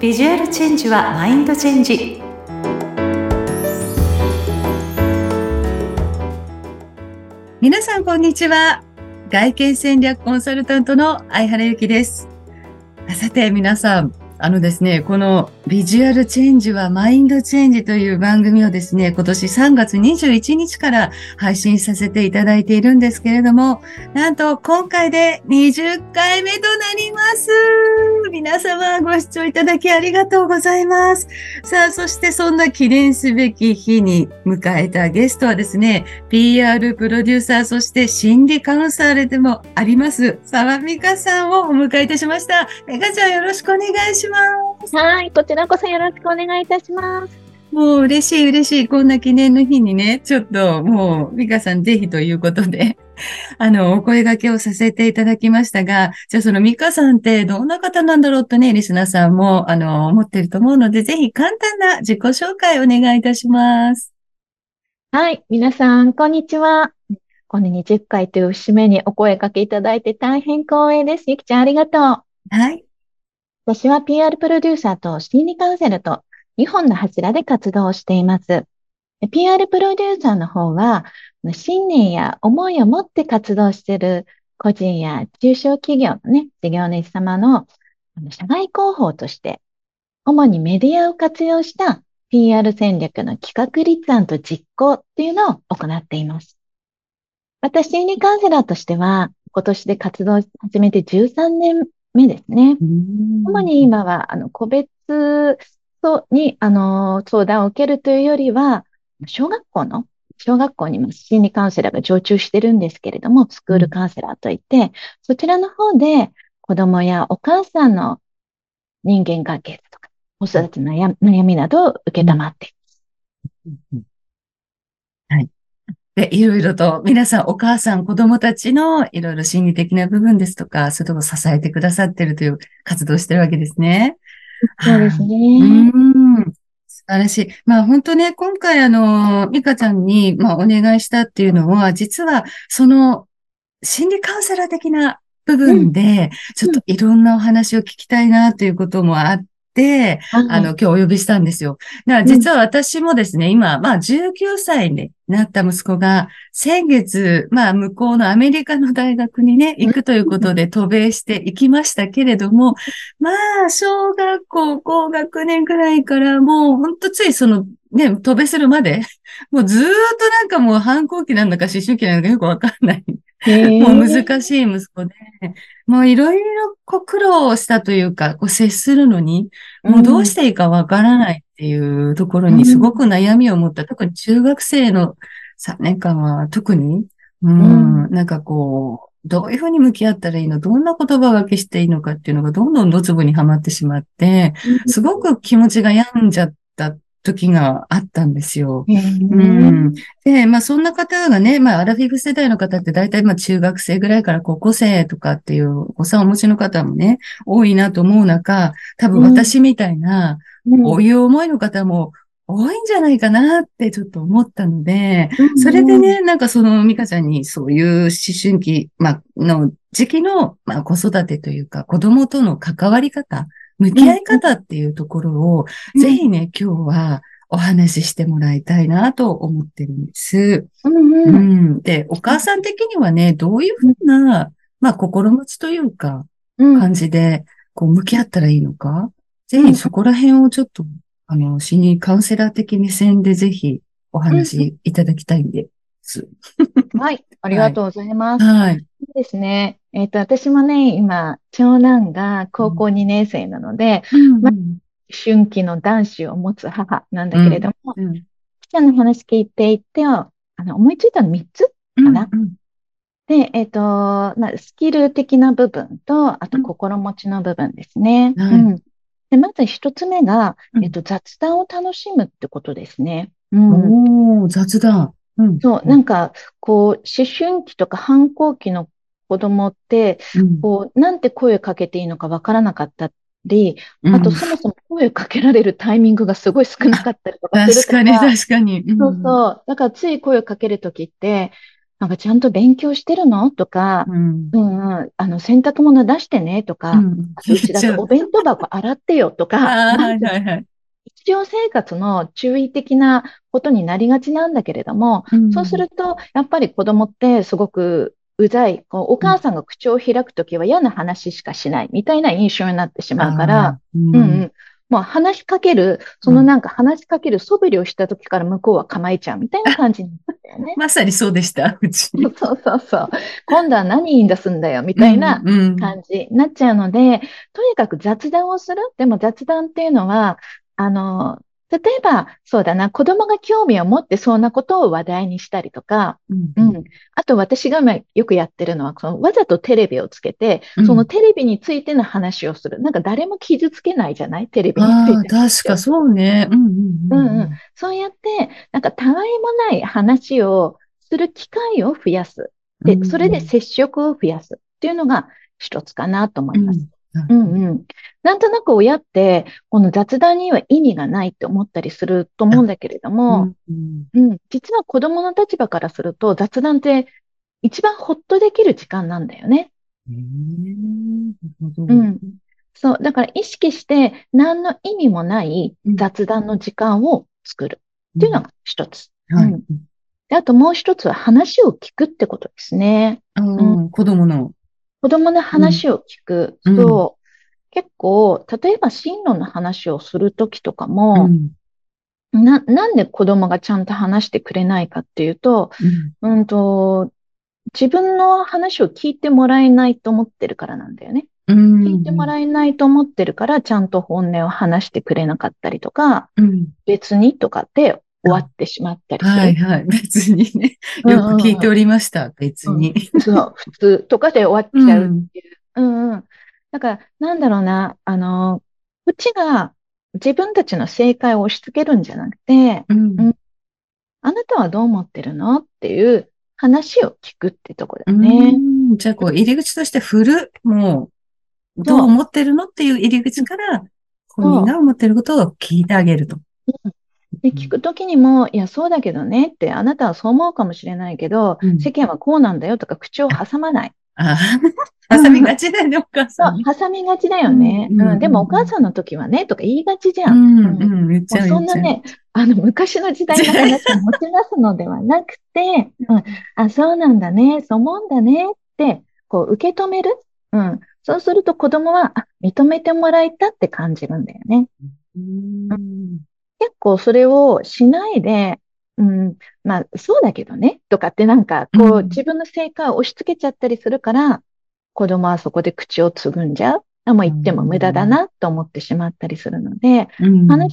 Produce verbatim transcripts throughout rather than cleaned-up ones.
ビジュアルチェンジはマインドチェンジ。皆さんこんにちは。外見戦略コンサルタントの相原由紀です。さて皆さん、あのですね、このビジュアルチェンジはマインドチェンジという番組をですね、今年さんがつにじゅういちにちから配信させていただいているんですけれども、なんと今回でにじゅっかいめとなります。皆様ご視聴いただきありがとうございます。さあ、そしてそんな記念すべき日に迎えたゲストはですね、ピーアール プロデューサー、そして心理カウンサーでもあります、澤美香さんをお迎えいたしました。美香ちゃんよろしくお願いします。 はい、こちらこそよろしくお願いいたします。 もう嬉しい嬉しい。こんな記念の日にね、ちょっともう美香さんぜひということで、あの、お声掛けをさせていただきましたが、じゃあその美香さんってどんな方なんだろうとね、リスナーさんも、あの、思ってると思うので、ぜひ簡単な自己紹介をお願いいたします。 はい、皆さん、こんにちは。このにじゅっかいという節目にお声掛けいただいて大変光栄です。ゆきちゃんありがとう。 はい。 私は ピーアール プロデューサーと心理カウンセラーとにほんの柱で活動をしています。ピーアール プロデューサーの方は、信念や思いを持って活動している個人や中小企業のね、事業主様の社外広報として、主にメディアを活用した ピーアール 戦略の企画立案と実行っていうのを行っています。私、心理カウンセラーとしては、今年で活動を始めてじゅうさんねんめですね。主に今は、あの、個別に、あの、相談を受けるというよりは、小学校の、小学校にも心理カウンセラーが常駐してるんですけれども、スクールカウンセラーといって、うん、そちらの方で子供やお母さんの人間関係とか、子育ての悩みなどを受けたまっています。うんうん、 はい。で、いろいろと皆さんお母さん、子供たちのいろいろ心理的な部分ですとか、そういうところを支えてくださっているという活動をしているわけですね。 そうですね。 うん。素晴らしい。まあ本当ね、今回あの、美香ちゃんに、まあ、お願いしたっていうのは、実はその心理カウンセラー的な部分で、ちょっといろんなお話を聞きたいなということもあって、うん、あの、今日お呼びしたんですよ。だから実は私もですね、今、まあじゅうきゅうさいになった息子が、先月、まあ向こうのアメリカの大学にね、行くということで渡米して行きましたけれども、まあ、小学校高学年くらいからもう、ほんとついその、ね、渡米するまで、もうずーっとなんかもう反抗期なんだか思春期なんだかよくわかんない。もう難しい息子で、もういろいろこう苦労したというか、こう接するのに、もうどうしていいかわからないっていうところにすごく悩みを持った。特に中学生のさんねんかんは特に、うん、なんかこう、どういうふうに向き合ったらいいの、どんな言葉がけしていいのかっていうのがどんどんドツボにはまってしまって、すごく気持ちが病んじゃった時があったんですよ。うん、で、まあそんな方がね、まあアラフィフ世代の方って大体まあ中学生ぐらいから高校生とかっていうお子さんをお持ちの方もね、多いなと思う中、多分私みたいな、こういう思いの方も多いんじゃないかなってちょっと思ったので、それでね、なんかその美香ちゃんにそういう思春期、まあ、の時期の、まあ子育てというか子供との関わり方、向き合い方っていうところを、ぜひね、今日はお話ししてもらいたいなと思ってるんです。うんうん、で、お母さん的にはね、どういうふうな、まあ心持ちというか、感じで、こう向き合ったらいいのか、ぜひそこら辺をちょっと、あの、心理カウンセラー的目線でぜひお話いただきたいんです。 はい、ありがとうございます。 はい。 そうですね。えっと、私もね、今、長男が高校にねん生なので、 うんまあ、思春期の男子を持つ母なんだけれども、 うんうん、 記者の話聞いていて、あの、思いついたのみっつかな。うんうん、で、えっと、まあ、スキル的な部分と、あと心持ちの部分ですね。うんうん、でまず一つ目が、えっと、雑談を楽しむってことですね。 うん、おー、雑談。 うん、そう、なんか、こう、思春期とか反抗期の子供って、うん、こう、なんて声をかけていいのかわからなかったり、あと、そもそも声をかけられるタイミングがすごい少なかったりとかするから。 確かに、確かに。 うん、そうそう。だから、つい声をかけるときって、 なんかちゃんと勉強してるのとか、 うん。 うんうん、あの、洗濯物出してねとか、 うん。 あと、 言うちだとおっちゃう。 弁当箱洗ってよとか、 ああ、はいなんていうの、 はいはい。 日常生活の注意的なことになりがちなんだけれども、 うそうすん。 ると、やっぱり子供ってすごくうざい、こうおうん。 母さんが口を開くときは嫌な話しかしないみたいな印象になってしあまうから、 あ、うん。 うんうん。もう話しかける、そうん。 のなんか話しかける素振りをしたときから向こうは構えちゃうみたいな感じになったよね。 まさにそうでした、うち。 そうそうそう。今度は何言い出すんだよ、みうん、 たいなうん。 感じになっちゃうので、とにかく雑談をする。でも雑談っていうのは、あの、例えば、そうだな、子供が興味を持ってそうなことを話題にしたりとか、 うん、うん。 うん。あと私が今よくやってるのは、そのわざとテレビをつけて、 うん。 そのテレビについての話をする。なんか誰も傷つけないじゃないテレビについああ、 て確か話をする。 そうね。うん、うん、ううんうん。 ん。 そうやって、なんかたわいもない話をする機会を増やす。 うで、それでん、 接触を増やすっていうのが一つかなと思うん。 います。 うん。なるうほど。 んうん。なんとなく親って、この雑談には意味がないって思ったりすると思うんあ、 だけれども、 うん、うん。 うん、実は子供の立場からすると雑談って一番ほっとできる時間なんだよね。 ええ、なるほど。 うん。そう。だから意識して何の意味もないうん、 雑談の時間を作るうん。 っていうのが一つ。うはい。 ん。で、あともう一つは話を聞くってことですね。 あうん。 あ、子供の。 子供のうん、 話を聞く。 うん、 そう。結構、例えば進路の話をするときとかも、 うん、 な、なんで子供がちゃんと話してくれないかっていうと、 うん。 うんと、自分の話を聞いてもらえないと思ってるからなんだよね。 うん、 聞いてもらえないと思ってるから、ちゃんと本音を話してくれなかったりとか、 うん。 別にとかって終わあ、 ってしまったりする。 はいはい。別にね。 うんよく聞いておうんりました。別うん。 に。 うん。そう、普通とかで終わっうちゃうん。 っていう。うんうん。だから、なんだろうな、あの、こっちが自分たちの正解を押し付けるんじゃなくて、 うん。 うん、あなたはどう思ってるのっていう話を聞くってとこだうーよね。 ん。じゃあ、こう、入り口として振る。もう、どうそ思ってるのっていう入りう。うん。 口から、本人そう。 が思ってることを聞いてあげると。 で、 うん。 聞くときにも、いや、そうだけどねって、あなたはそう思うかもしれないけど、 うん。 世間はこうなんだよとか口をあ、 挟まない。 あう挟みんうん。 がちだよね、お母さんね。 そう、挟みがちだうん、 よね。 うん、 うん、でもお母うん、 さんの時はね、とか言いがちじゃん。ううん。 ん。 うん、うん、言っちゃう、言もうそっちゃう。 んなね、あの、昔の時代の話を持ち出すのではなくて、うん、あ、そうなんだね、そう思うんだねって、こう、受け止める。うん。そうすると子供は、あ、認めてもらえたって感じるんだよね。 うん。 結構それをしないで、うん、まあ、そうだけどね、とかってなんか、こう、 うん。 自分の正解を押し付けちゃったりするから、子供はそこで口をつぐんじゃう。あ、もうう言っても無駄だん。 なと思ってしまったりするので、 うん。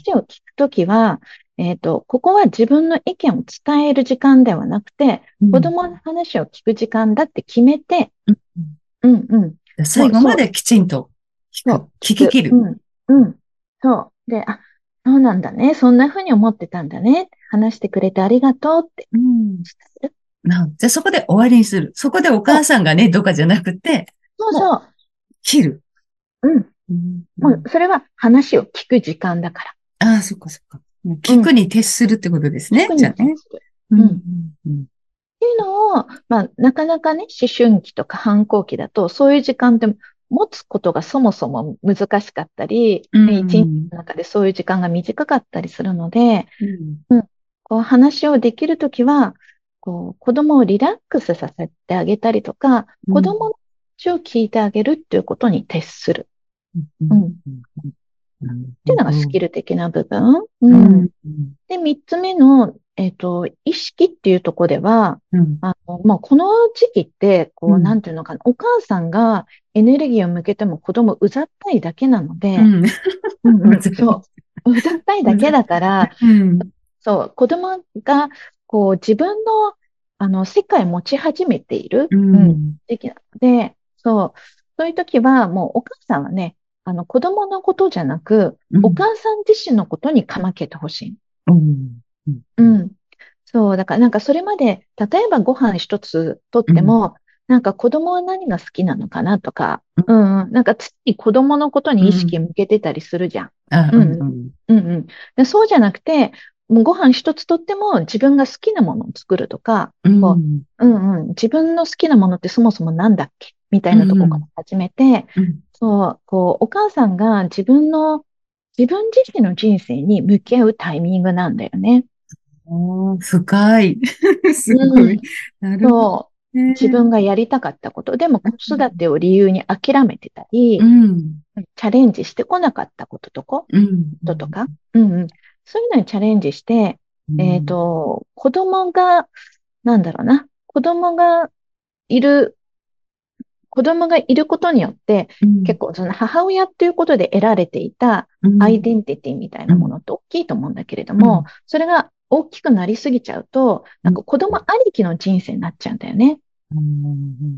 話を聞くときは、えっと、ここは自分の意見を伝える時間ではなくて、 うん。 子供の話を聞く時間だって決めて、 うん。 うんうん。もうそう、 最後まできちんと聞く。 そう、聞く。 聞き切る。 うん、うん。そう。で、あ、そうなんだね。そんな風に思ってたんだね。話してくれてありがとうってうん。 伝える。 なじゃあそこで終わりにする。そこでおそう、 母さんがね、とかじゃなくて、もうそうそう。 切る。 うん。 うん。うもう、 ん。 それは話を聞く時間だかああ、そっかそっか。もうら。うん。 聞くに徹するってことですね。 聞くにじゃあね。 徹する。 うん。 うん。 うん。 っていうのを、まあ、なかなかね、思春期とか反抗期だと、そういう時間って持つことがそもそも難しかったり、 うん。 ね、一日うん。 の中でそういう時間が短かったりするので、 うん。 うん、こう話をできるときは、こう子供をリラックスさせてあげたりとか、 うん。 子供の話を聞いてあげるっていうことに徹する。 うん。うん。 うん。っうん。なるていうのがスほど。 キル的な部分。ううん。 ん。うん。 で、三つ目の、えっと、意識っていうところでは、 うん。 あの、まあ、この時期って、こう、 うん。 なんていうのかな、お母さんがエネルギーを向けても子供うざったいだけなので、 うん。 うんうん、そう。うざったいだけだから、 うん。 そう、子供が、こう、自分の、あの、世界を持ち始めている、 ううん、 ん。 時期なので、そう、そういう時は、もうお母さんはね、あの、子供のことじゃなく、おうん。 母さん自身のことにかまけてほしい。 うん。うん。 うん。そう、だからなんかそれまで、例えばご飯一つとっうん。 ても、なんか子供は何が好きなのかなとか、うんうん、なんか常に子供のことうに意識ん。 向けてたりするじゃん。 あ、うん。 うん、 うん。 うん、うん。で、そうじゃなくて、 もうご飯一つとっても自分が好きなものを作るとか、 うこん。 う、うんうん、自分の好きなものってそもそもなんだっけみたいなところからうん。 始めて、 うん。 そう、こう、お母さんが自分の、自分自身の人生に向き合うタイミングなんだよね。 おー、深い。すうん、 ごい。なるほどそう、自ね。 分がやりたかったこと、でも子育てを理由に諦めてたり、 うん。 チャレンジしてこなかったこととか、 うん。 こととか、うんうん、そういうのにチャレンジして、えっうん。 と、子供が、なんだろうな、子供がいる、子供がいることによって、 うん。 結構その母親っていうことで得られていたうん。 アイデンティティみたいうん。 なものって大きいと思うんだけれども、 うん。 それが大きくなりすぎちゃうと、 うん。 なんか子供ありきの人生になっちゃうんだよね。 うん。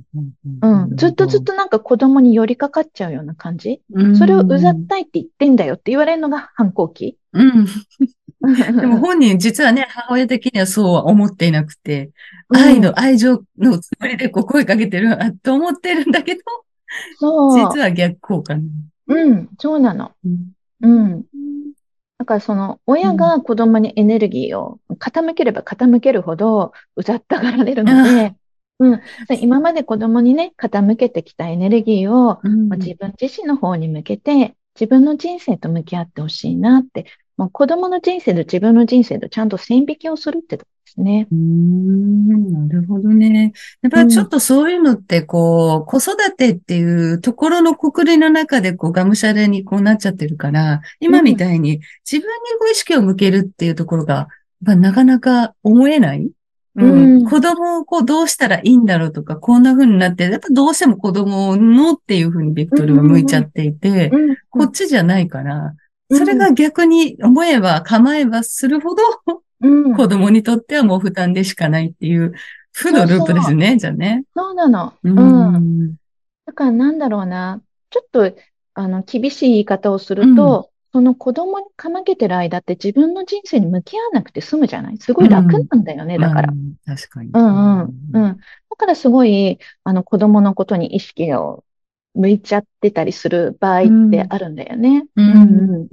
うん。 うなん。ずっとずっるほど。 となんか子供に寄りかかっちゃうような感じ。 うそれをうざっん。 たいって言ってんだよって言われるのが反抗期。 うん。でも本人実はね、母親的にはそうは思っていなくて、 うん。 愛の愛情のつもりでこう声かけてるなと思ってるんだけど、実そは逆効果ね。 う。うん。そうなの。 うん。 うん。だからその親うん。 が子供にエネルギーを傾ければ傾けるほどうざったがられるのあで、うん、それ今まで子供にね、傾けてきたエネルギーをうん。 まあ自分自身の方に向けて、自分の人生と向き合ってほしいなって、もう子供の人生と自分の人生とちゃんと線引きをするってとこですね。 うーん、なるほどね。やっぱりちょっうん、 とそういうのって、こう、子育てっていうところのくくりの中で、こう、がむしゃらにこうなっちゃってるから、今みうん、 たいに自分にご意識を向けるっていうところが、やっぱなかなか思えない。ううん。 ん、 子供をこうどうしたらいいんだろうとか、こんな風になって、やっぱどうしても子供のっていう風にベクうん、 トルが向いちうん、 ゃっていて、 うん、うん、 こっちじゃないから、 うん、 それが逆に思えば構えばするほどうん、 子供にとってはもう負担でしかないっていう負のルーそうそう、 プですね、じゃあね。 そうなの。 うーうん。 ん。 だからなんだろうな、ちょっと、あの、厳しい言い方をすうん。 ると、その子供にかまけてる間って自分の人生に向き合わなくて済むじゃない。すごい楽うん。 なんだよね、だまあ、 から。 確かに。ううんうん、うん。 ん。だからすごい、あの、子供のことに意識を向いちゃってたりする場合ってうん。 あるんだよね。 ううんん。 うん。 うん。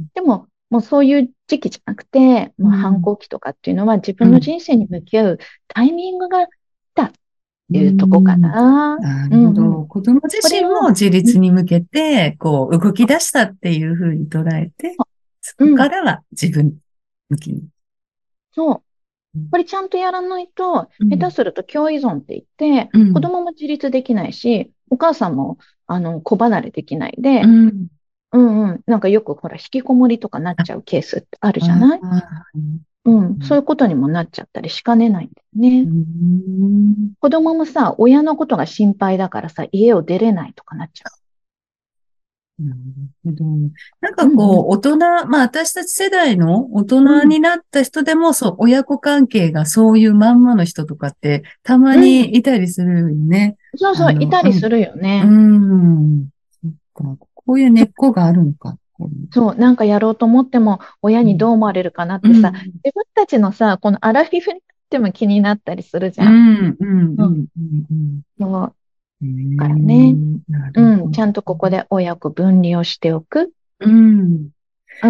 でも、もうそういう時期じゃなくて、もう反うん。 抗期とかっていうのは自分のうん。 人生に向き合うタイミングが来たっうていうとこかん。 な。 なるうんうん。 ほど。子供自身もこれを、 自うん立に向けて、こう、動き出したっていうふうに捉えて、そこうん、 からは自分向きに。 そう。 うん。 これちゃんとやらないと、 うん。 下手すると共依存って言って、 うん。 子供も自立できないし、お母さんも、あの、子離れできないで、 うん。 うんうん、なんかよくほら、引きこもりとかなっあ、 ちゃうケースってあるじゃあない。 あ、ううん、そうん。 いうことにもなっちゃったりしかねないんだようね。 ん。 子供もさ、親のことが心配だからさ、家を出れないとかなっちゃなるほど。なんう。うんうん、 かこう、大人、まあ私たち世代の大うん、 人になった人でも、そう、親子関係がそういうまんまの人とかってたまうん。 にいたりするよね。 そうそう、いあの、うん、 たりするようね。 ん。そっか、こういう根っこがあるのか。こういうそう、なんかやろうと思っても、親にどう思われるかなってさ、 うん、 自分たちのさ、このアラフィフになっても気になったりするじゃん。 うん、うん、ううん。 ん、うん、うん。 そう、 うからね。 ん、なるうん、 ほど。 ちゃんとここで親子分離をしておく。 うん。 うん、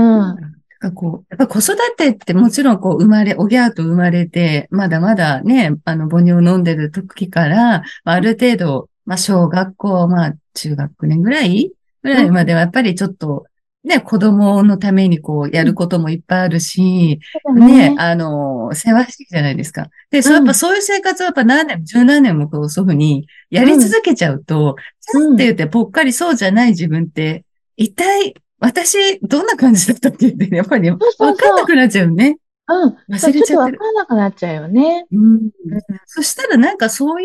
なんかこう、やっぱ子育てってもちろんこう生まれ、おぎゃーと生まれて、まだまだね、あの母乳を飲んでる時から、まあ、ある程度、まあ小学校、まあ中学年ぐらいぐらいまうん、 ではやっぱりちょっと、ね、子供のためにこうやうん。 ることもいっぱいあるし、 そうだね、 ね。 あの、せわしいじゃないですか。で、そう、やっうん、 ぱそういう生活をやっぱ何年も、十何年もこう、そういうふうにやりうん、 続けちゃうと、さうん。 って言ってぽっかりそうじゃない自分って、一体私、どんな感じだったっけって、やっぱりわそうそうそう。 かんなくなっちゃうね。 うん。そう、 忘れちょっとちゃってる。 わかんなくなっちゃうよね。 うん。 うん、 そしたらなんかそういう、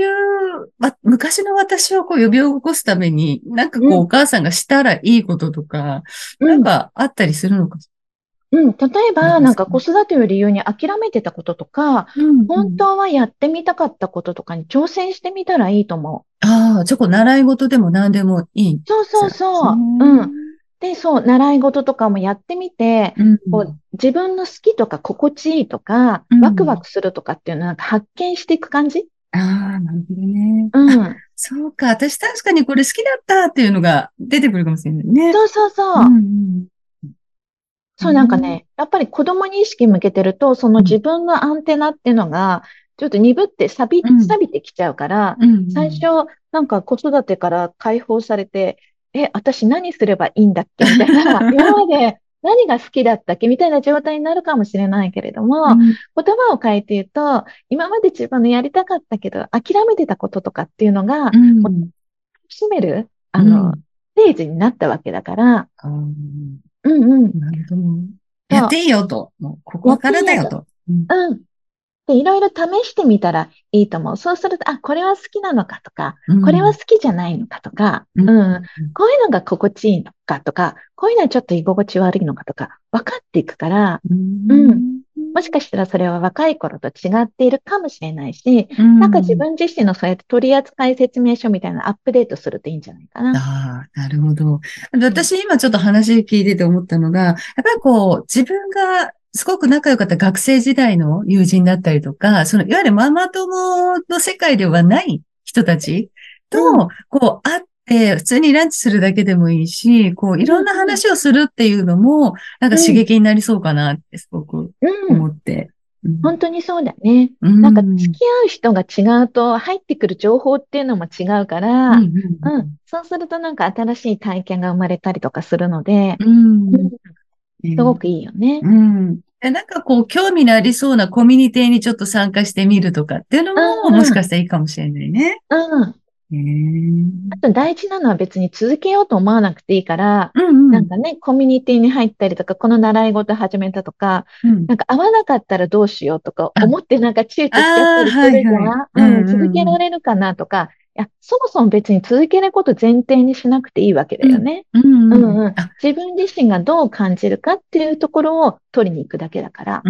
ま、昔の私をこう呼び起こすために、なんかうん、 こうお母さんがしたらいいこととか、なんうん。 かあったりするのかしうん、例えら。なば、 んですかね。 なんか子育てを理由に諦めてたこととか、 うん、うん。 本当はやってみたかったこととかに挑戦してみたらいいと思う。 ああ、じゃあこう習い事でも何でもいいんでそうそうすね。 そう。うん。で、そう、習い事とかもやってみて、 うん、 こう、自分の好きとか心地いいとか、 うん。 ワクワクするとかっていうのをなんか発見していく感じ。 ああ、なるほどね。 うあ、 ん。 そうか。私確かにこれ好きだったっていうのが出てくるかもしれないね。 そうそううん、うそう。 ん。 そう、なんかね、やっぱり子供に意識向けてると、そのうん、 自分のアンテナっていうのが、ちょっと鈍って錆び、 うん、 錆びてきちゃうから、 うん、 最初、なんか子育てから解放されて、え、私何すればいいんだっけみたいな、今まで何が好きだったっけみたいな状態になるかもしれないけれども、 うん、 言葉を変えて言うと、今まで自分のやりたかったけど、諦めてたこととかっていうのが、 うもうん、 楽しめる、あの、 うん。 ステージになったわけだから、 あー、 うんうん。 なるほど。やっそう、 ていいよと。もう、こやっこかていいよと。 らだよと。うん、 うん。で、いろいろ試してみたらいいと思う。そうすると、あ、これは好きなのかとか、これはうん、 好きじゃないのかとか、 うん、 うん、こういうのが心地いいのかとか、こういうのはちょっと居心地悪いのかとか、分かっていくから、 ううん。 ん、 もしかしたらそれは若い頃と違っているかもしれないし、 うなんか自ん。 分自身のそうやって取扱説明書みたいなのアップデートするといいんじゃないかな。 ああ、なるほど。でうん。 私今ちょっと話聞いてて思ったのが、やっぱりこう、自分がすごく仲良かった学生時代の友人だったりとか、その、いわゆるママ友の世界ではない人たちと、 うん。 こう、会って、普通にランチするだけでもいいし、こう、いうん。 ろんなうん。 話をするっていうのも、なんか刺うん。 激になりそうかなってすごくうん。 思って。うん。 本当にそうだね。 うなんか付ん。 き合う人が違うと入ってくる情報っていうのも違うかうん。 ら、うん。 うん。 そうするとなんか新しい体験が生まれたりとかするので、 ううん。 ん。ね、 すごくいいよね。 うん。で、なんかこう、興味のありそうなコミュニティにちょっと参加してみるとかっていうのうも、もしんうん。 かしたらいいかもしれないね。 うん。 へえ。 あと大事なのは別に続けようと思わなくていいから、 うんうん。 なんかね、コミュニティに入ったりとか、この習い事始めたとか、 うん。 なんか合わなかったらどうしようとかあ、 思ってなんか躊あ躇しちゃったあ、 りすはいはい。 るじゃん。 ううん、続けんうんうん。 られるかなとか、いや、そもそも別に続けること前提にしなくていいわけだうん。 よね。 うんうん。 うんうん。 あ、 自分自身がどう感じるかっていうところを取りに行くだけだから。 うん。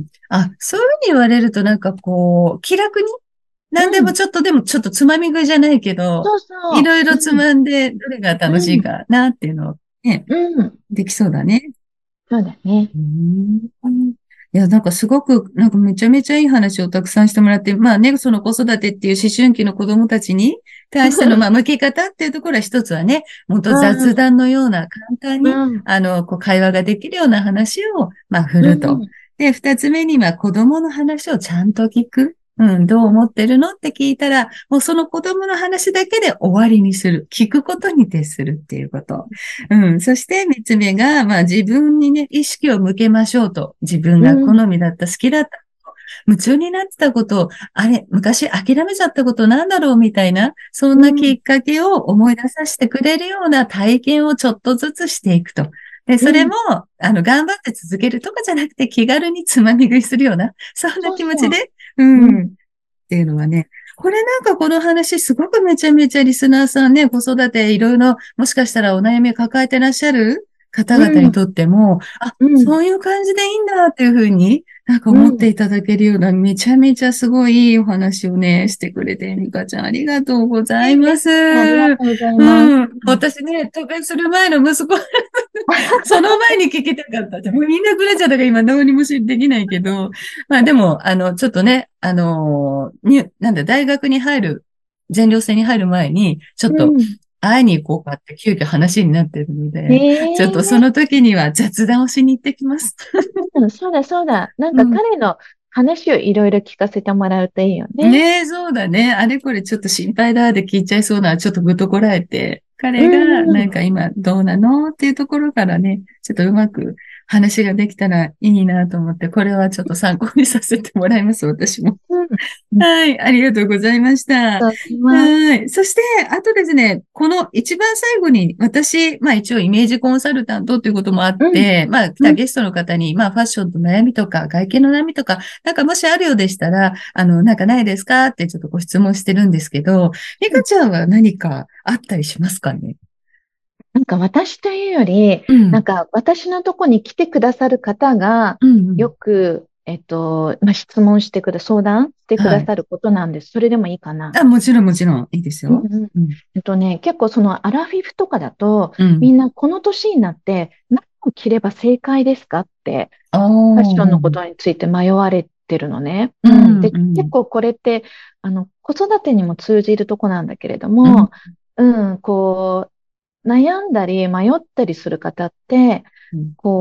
あ、そういうふうに言われるとなんかこう、気楽に、 うなんでもん。 ちょっとでもちょっとつまみ食いじゃないけど、 そうそいろいろう。うん。 つまんで、どれがう楽しいん。 かなっていうのをね、 うん。 できそうだね。 そうだね。 うーん。いや、なんかすごく、なんかめちゃめちゃいい話をたくさんしてもらって、まあね、その子育てっていう思春期の子供たちに対しての、まあ、向き方っていうところは一つはね、本当うん。 雑談のような簡単に、 うん。 あの、こう会話ができるような話を、まあ、振うると。 ん。 で、二つ目には子供の話をちゃんと聞く。うん、どう思ってるのって聞いたら、もうその子供の話だけで終わりにする。聞くことに徹するっていうこと。うん。そして三つ目が、まあ自分にね、意識を向けましょうと。自分が好うん。 みだった、好きだった、夢中になってたことを、あれ、昔諦めちゃったことなんだろうみたいな、そんなきうん。 っかけを思い出させてくれるような体験をちょっとずつしていくと。で、それも、 うん。 あの、頑張って続けるとかじゃなくて気軽につまみ食いするような、そんなそうそ気持ちで、うう。うん。 ん、っていうのはね、これなんかこの話すごくめちゃめちゃリスナーさんね、子育ていろいろもしかしたらお悩みを抱えてらっしゃる方うん。 々にとっても、あ、 うん。 そういう感じでいいんだっていうふうになんかうん。 思っていただけるようなめちゃめちゃすごいいいお話をね、してくれて、ミカちゃんありがとうございいえいえ、 ます。 ありがとうございます。 うん。私ね、渡米する前の息子、その前に聞きたかった。もうみんなくれちゃったから今どうにもしできないけど、まあでも、あの、ちょっとね、あの、に、なんだ、大学に入る、全寮制に入る前に、ちょっとうん。 会いに行こうかって急遽話になってるのえで、ちょっとそえ、 の時には雑談をしに行ってきます。 うん、そうだそうだ。なんかうん。 彼の話をいろいろ聞かせてもらうといいよね。 ねえ、そうだね。あれこれちょっと心配だって聞いちゃいそうな、ちょっとぐっとこらえて、 う彼がんうん。 なんか今どうなのっていうところからね、ちょっとうまく話ができたらいいなと思って、これはちょっと参考にさせてもらいます、私も。 うん。うん。 はい、ありがとうございました。 そう思います。 はい。そして、あとですね、この一番最後に私、まあ一応イメージコンサルタントということもあっうん。 て、まあ来うん。 たゲストの方に、まあファッションと悩みとか外見の悩みとか、なんかもしあるようでしたら、あの、なんかないですかってちょっとご質問してるんですけど、リカちゃんは何かあったりしますかね？ なんか私というより、 うん、 なんか私のとこに来てくださる方がうん、うん。 よく、えっと、まあ、質問してくだ、相談してくはい。 ださることなんです。それでもいいかな。 あ、もちろんもちろん、いいですよ。 うんうん。 うん、 えっとね、結構そのアラフィフとかだと、 うん。 みんなこの年になって何を着れば正解ですかって、 ああ、 ファッションうん、 のことについて迷われてるのね。うん。 うん、 で、 うん、 結構これって、あの、子育てにも通じるとこなんだけれどうん、 も、うん、こう、悩んだり迷ったりする方って、 うん。 こう、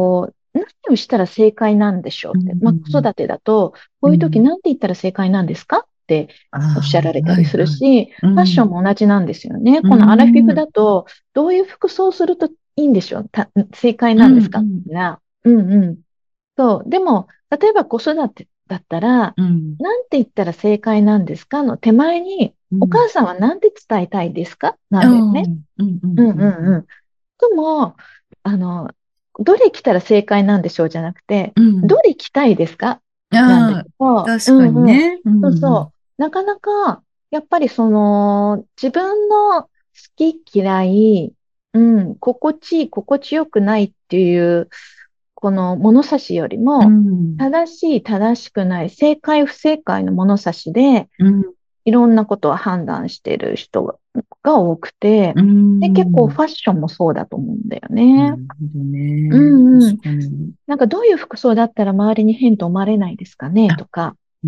何をしたら正解なんでしょううって。まあ、子ん、 育てだと、こういう時うん。 何て言ったら正解なんですかってあおっしゃられあ、 たりするはいはい。 し、 うん、 ファッションも同じなんですよね。 うこのアラフィフん、 だと、どういう服装するといいんでしょうた、正解うん、 なんですかうん、 な。うんうん。そう。でも、例えば子育てだったら、 うん、 なんて言ったら正解なんですかの手前に、 うん。 お母さんは何て伝えたいですかなああ、 んだよね。 うん、うん、 うんうん、うん。 うんうん。とも、あの、どれ着たら正解なんでしょうじゃなくて、 うん。 どれ着たいですかなんだけああ、 ど、う確かにんうん。 ね。うん、うん。 そうそう。なかなか、やっぱりその、自分の好き嫌い、うん、心地いい、心地よくないっていう、この物差しよりうも、 ん、 正しい、正しくない、正解、不正解の物差しで、 うん、 いろんなことを判断してる人がが多くて、 うで、結構フん。 ァッションもそうだと思うんだよなるね。 ほどうね。 んうん。 確かに。 なんかどういう服装だったら周りに変と思われないですかねあ、 とか。 うん。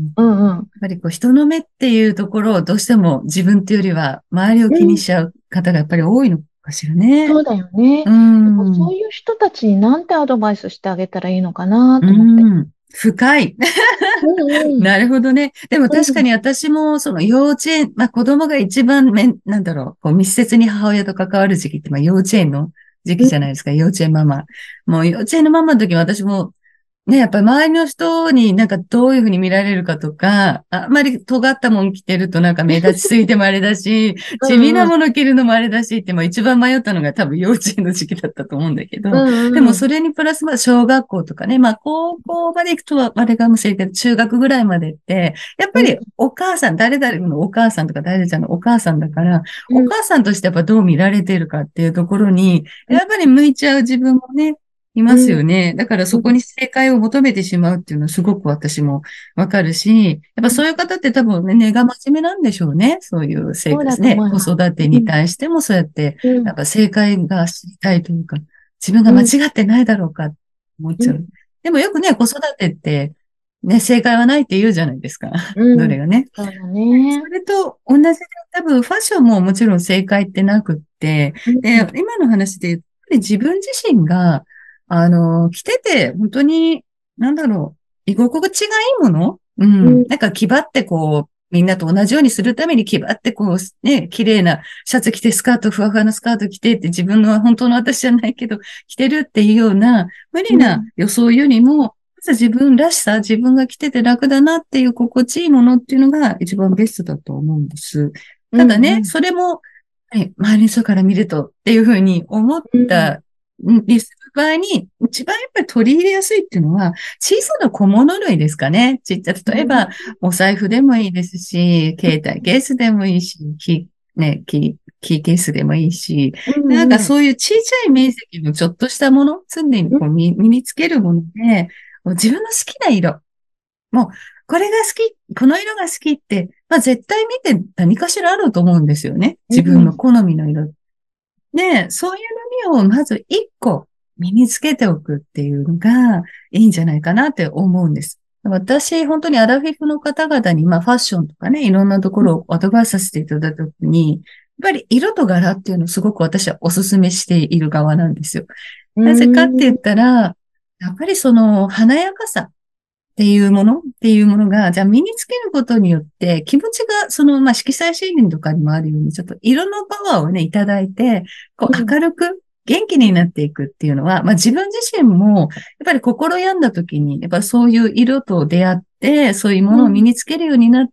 やっうんうん。 ぱりこう人の目っていうところをどうしても自分っていうよりは周りを気にうん。 しちゃう方がやっぱり多いのかしらね。 そうだよね。 うでもん。 そういう人たちになんてアドバイスしてあげたらいいのかなうと思って。 ん。深い。 うんうん。 なるほどね。でも確かうん。 に私もその幼稚園、まあ子供が一番めん、なんだろう、こう密接に母親と関わる時期って、まあ幼稚園の時期じゃないですか。幼稚園ママ。もう幼稚園のママの時私もね、やっぱり周りの人になんかどういうふうに見られるかとか、あんまり尖ったもん着てるとなんか目立ちすぎてもあれだし、地味なうんうん。 もの着るのもあれだしって、もう一番迷ったのが多分幼稚園の時期だったと思うんだけうど、でんうん。 もそれにプラスまあ小学校とかね、まあ高校まで行くとはあれかもしれないけど、中学ぐらいまでって、やっぱりうんお母さん、誰々のお母さんとか誰々ちゃんのお母さんだから、おうん母さんとしてやっぱどう見られているかっていうところに、 うんやっぱり向いちゃう自分もね、いますうんよね。だからうん。 そこに正解を求めてしまうっていうのはすごく私もわかるし、やっぱそういう方って多分ね、根が真面目なんでしょうね。そういう生そうだ活ね。子と思います。 育てにうん対してもそうやって、 うんやっぱ正解が知りたいというか、自分が間うん違ってないだろうかって思っうんちゃう。でもよくね、子育てって、ね、正解はないって言うじゃないですか。どうん。 れがね。 そうだね。 それと同じで、多分ファッションももちろん正解ってなくって、で、 うん今の話で言うと、やっぱり自分自身が、あの、着てて、本当に、なんだろう、居心地がいいものうん。 うんなんか気張ってこう、みんなと同じようにするために気張ってこう、ね、綺麗なシャツ着て、スカート、ふわふわのスカート着てって自分の本当の私じゃないけど、着てるっていうような、無理なうん装いよりも、まず自分らしさ、自分が着てて楽だなっていう心地いいものっていうのが一番ベストだと思うんです。 うただね、 んうんそれも、はい、周りの人から見るとっていうふうに思っうんたりする場合に、一番やっぱり取り入れやすいっていうのは、小さな小物類ですかね。ちっちゃい、例えば、お財布でもいいですし、携帯ケースでもいいし、キー、ね、キー、キーケースでもいいし、なんかうんうんそういう小さい面積のちょっとしたもの、常にこう身身につけるもので、自分の好きな色、もう、これが好き、この色が好きって、まあ絶対見て何かしらあると思うんですよね。自分のうん好みの色。で、そういうのをまず一個身につけておくっていうのがいいんじゃないかなって思うんです。私、本当にアラフィフの方々に、まあファッションとかね、いろんなところをアドバイスさせていただいたときに、やっぱり色と柄っていうのをすごく私はお勧めしている側なんですよ。 うなぜかって言っんたら、やっぱりその華やかさっていうものっていうものが、じゃあ身につけることによって、気持ちが、その、まあ、色彩心理とかにもあるように、ちょっと色のパワーをね、いただいて、こう、 うん明るく、元気になっていくっていうのは、まあ、自分自身も、やっぱり心病んだ時に、やっぱそういう色と出会って、そういうものを身うんにつけるようになって、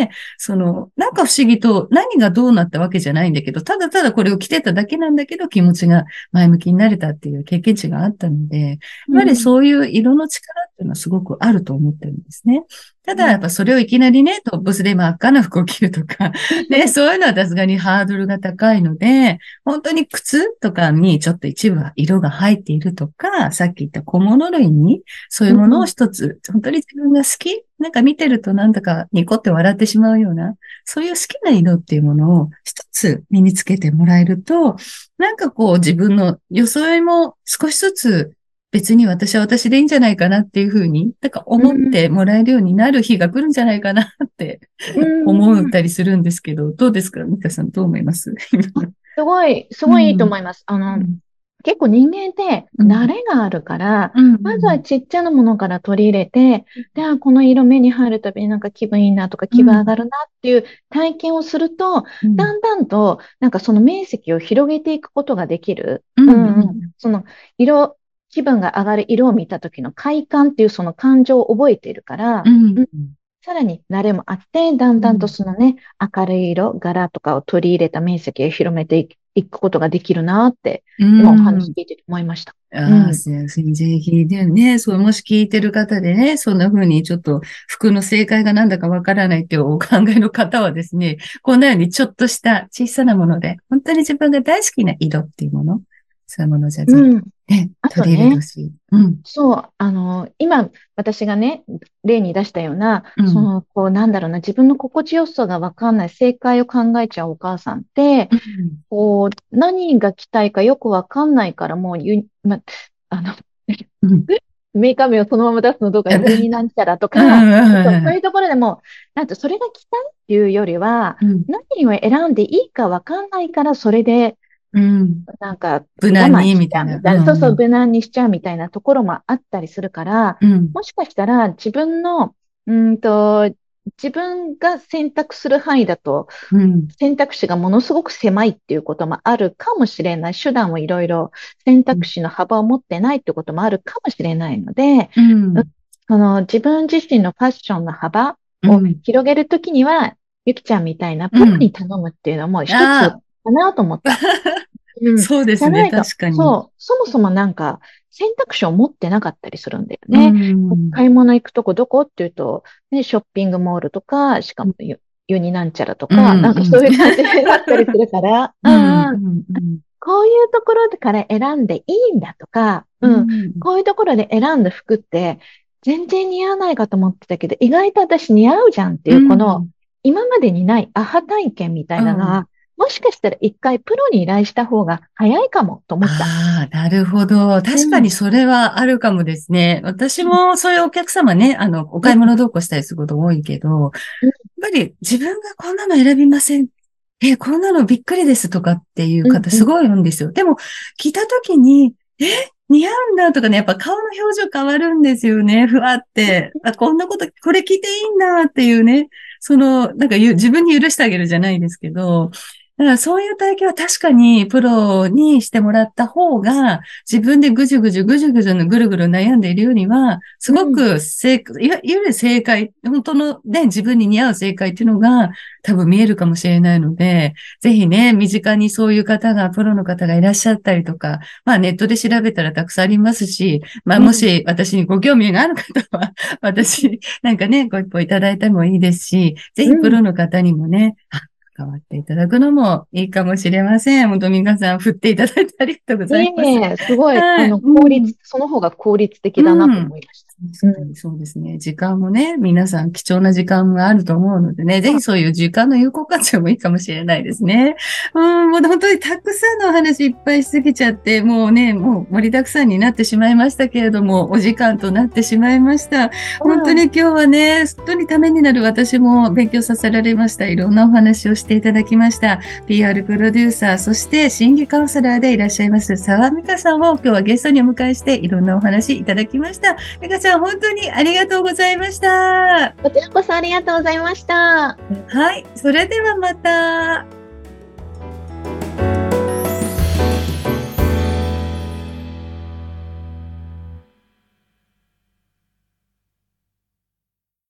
その、なんか不思議と何がどうなったわけじゃないんだけど、ただただこれを着てただけなんだけど、気持ちが前向きになれたっていう経験値があったので、やっぱりそういう色の力っていうのはすごくあると思ってるんですね。ただ、やっぱそれをいきなりね、トップスで真っ赤な服を着るとか、ね、そういうのはさすがにハードルが高いので、本当に靴とかにちょっと一部は色が入っているとか、さっき言った小物類にそういうものを一つ、本当に自分が好き、なんか見てるとなんだかニコって笑ってしまうような、そういう好きな色っていうものを一つ身につけてもらえると、なんかこう自分の装いも少しずつ別に私は私でいいんじゃないかなっていうふうに、なんか思ってもらえるようになる日が来るんじゃないかなって思ったりするんですけど、どうですかミカさん、どう思います？ すごい、すごいいいとうん。 思います。あの、 うん。 結構人間ってうん。 慣れがあるから、 うん。うまずはん。 ちっちゃなものから取り入れて、で、あ、この色目に入るたびになんか気分いいなとか気分上うん。 がるなっていう体験をすると、 うん。 だんだんとなんかその面積を広げていくことができる。 うん。 うんうん。 うん。 その色、気分が上がる色を見た時の快感っていうその感情を覚えているから、 うん。 うん、さらに慣れもあって、だんだんとうん。 そのね、明るい色、柄とかを取り入れた面積を広めていくいくことができるなって、 う今お話ん。 聞いてて思いました。うああ、 ん。 すぜひ、でね、そう、もし聞いてる方でね、そんな風にちょっと服の正解がなんだかわからないっていうお考えの方はですね、こんなようにちょっとした小さなもので、本当に自分が大好きな色っていうもの、そういうものじゃぜひ、 うん。 ね、 あと取り入れてね、 ほしい。うん、 そう、あの、今、私がね、例に出したような、 うん、 その、こう、なんだろうな、自分の心地よさがわかんない、正解を考えちゃうお母さんって、 うん、 こう、何が着たいかよくわかんないから、もうゆ、ま、あの、 うん、 メーカー名をそのまま出すのどうか、ユニなんちゃらとうん、 か、そう、 うん、 そういうところでも、なんとそれが着たいっていうよりは、 うん、 何を選んでいいかわかんないから、それで、 うん、 なんか無難に、 我慢しみたいな。 ちゃうみたいな、そうそう、 うん、 無難にしちゃうみたいなところもあったりするから、 うん、 もしかしたら自分の、うーんと、自分が選択する範囲だと、 うん、 選択肢がものすごく狭いっていうこともあるかもしれない。手段をいろいろ選うん、 択肢の幅を持ってないってこともあるかもしれないので、 うん、 うん、その自分自身のファッションの幅をうん、 広げるときには、ゆきちゃんみたいなプロうん。 に頼むっていうのも一つあかなと思っあ、 た。うん。 そうですね、 じゃないと、 確かに。 そう、そもそもなんか選択肢を持ってなかったりするんだようね。 ん。 買い物行くとこどこっていうと、ね、ショッピングモールとか、しかもユ、ユニなんちゃらとか、 うん、 なんかうん。 そういう感じになったりするから、ううん、 んうん。 うん、うん。 こういうところから選んでいいんだとか、 ううん。 ん。 こういうところで選んだ服って全然似合わないかと思ってたけど、意外と私似合うじゃんってういう、このん。 今までにないアハ体験みたいなのが、もしかしたら一回プロに依頼した方が早いかもと思った。 ああ、なるほど。 う確かにん。 それはあるかもですね。私うん。 もそういうお客様ね、あの、おうん。 買い物同行したりすること多いけど、やっうん。 ぱり自分がこんなの選びません。え、こんなのびっくりですとかっていううん。うん。 方すごい多いんですよ。でも、着た時に、え、似合うんだとかね、やっぱ顔の表情変わるんですよね。ふわって。あ、こんなこと、これ着ていいんだっていうね。その、なんかゆ自分に許してあげるじゃないですけど、だからそういう体験は確かにプロにしてもらった方が、自分でぐじゅぐじゅぐじゅぐじゅのぐるぐる悩んでいるよりは、すごうん。 く正解、いわゆる正解、本当のね、自分に似合う正解っていうのが多分見えるかもしれないので、ぜひね、身近にそういう方が、プロの方がいらっしゃったりとか、まあネットで調べたらたくさんありますし、まあうん。 もし私にご興味がある方は、私なんかね、ご一報いただいてもいいですし、ぜひプうん。 ロの方にもね、あ関わっていただくのもいいかもしれません。本当皆さん振っていただいてありがとうございいます。 えいえ、すごい、あはい。 の、 うん。 効率、その方が効率的だなうん。 と思いました。うん。 確かにそうですね。時間もね、皆さん貴重な時間があると思うのでね、ぜそう。 ひそういう時間の有効活用もいいかもしれないですね。うん、もう本当にたくさんのお話いっぱいしすぎちゃって、もうね、もう盛りだくさんになってしまいましたけれども、お時間となってしまいました。本当にうん。 今日はね、本当にためになる私も勉強させられました。いろんなお話をしていただきました。ピーアール プロデューサー、そして心理カウンセラーでいらっしゃいます沢美香さんを今日はゲストにお迎えしていろんなお話いただきました。美香ちゃん、本当にありがとうございました。 こちらこそありがとうございました。 はい、それではまた。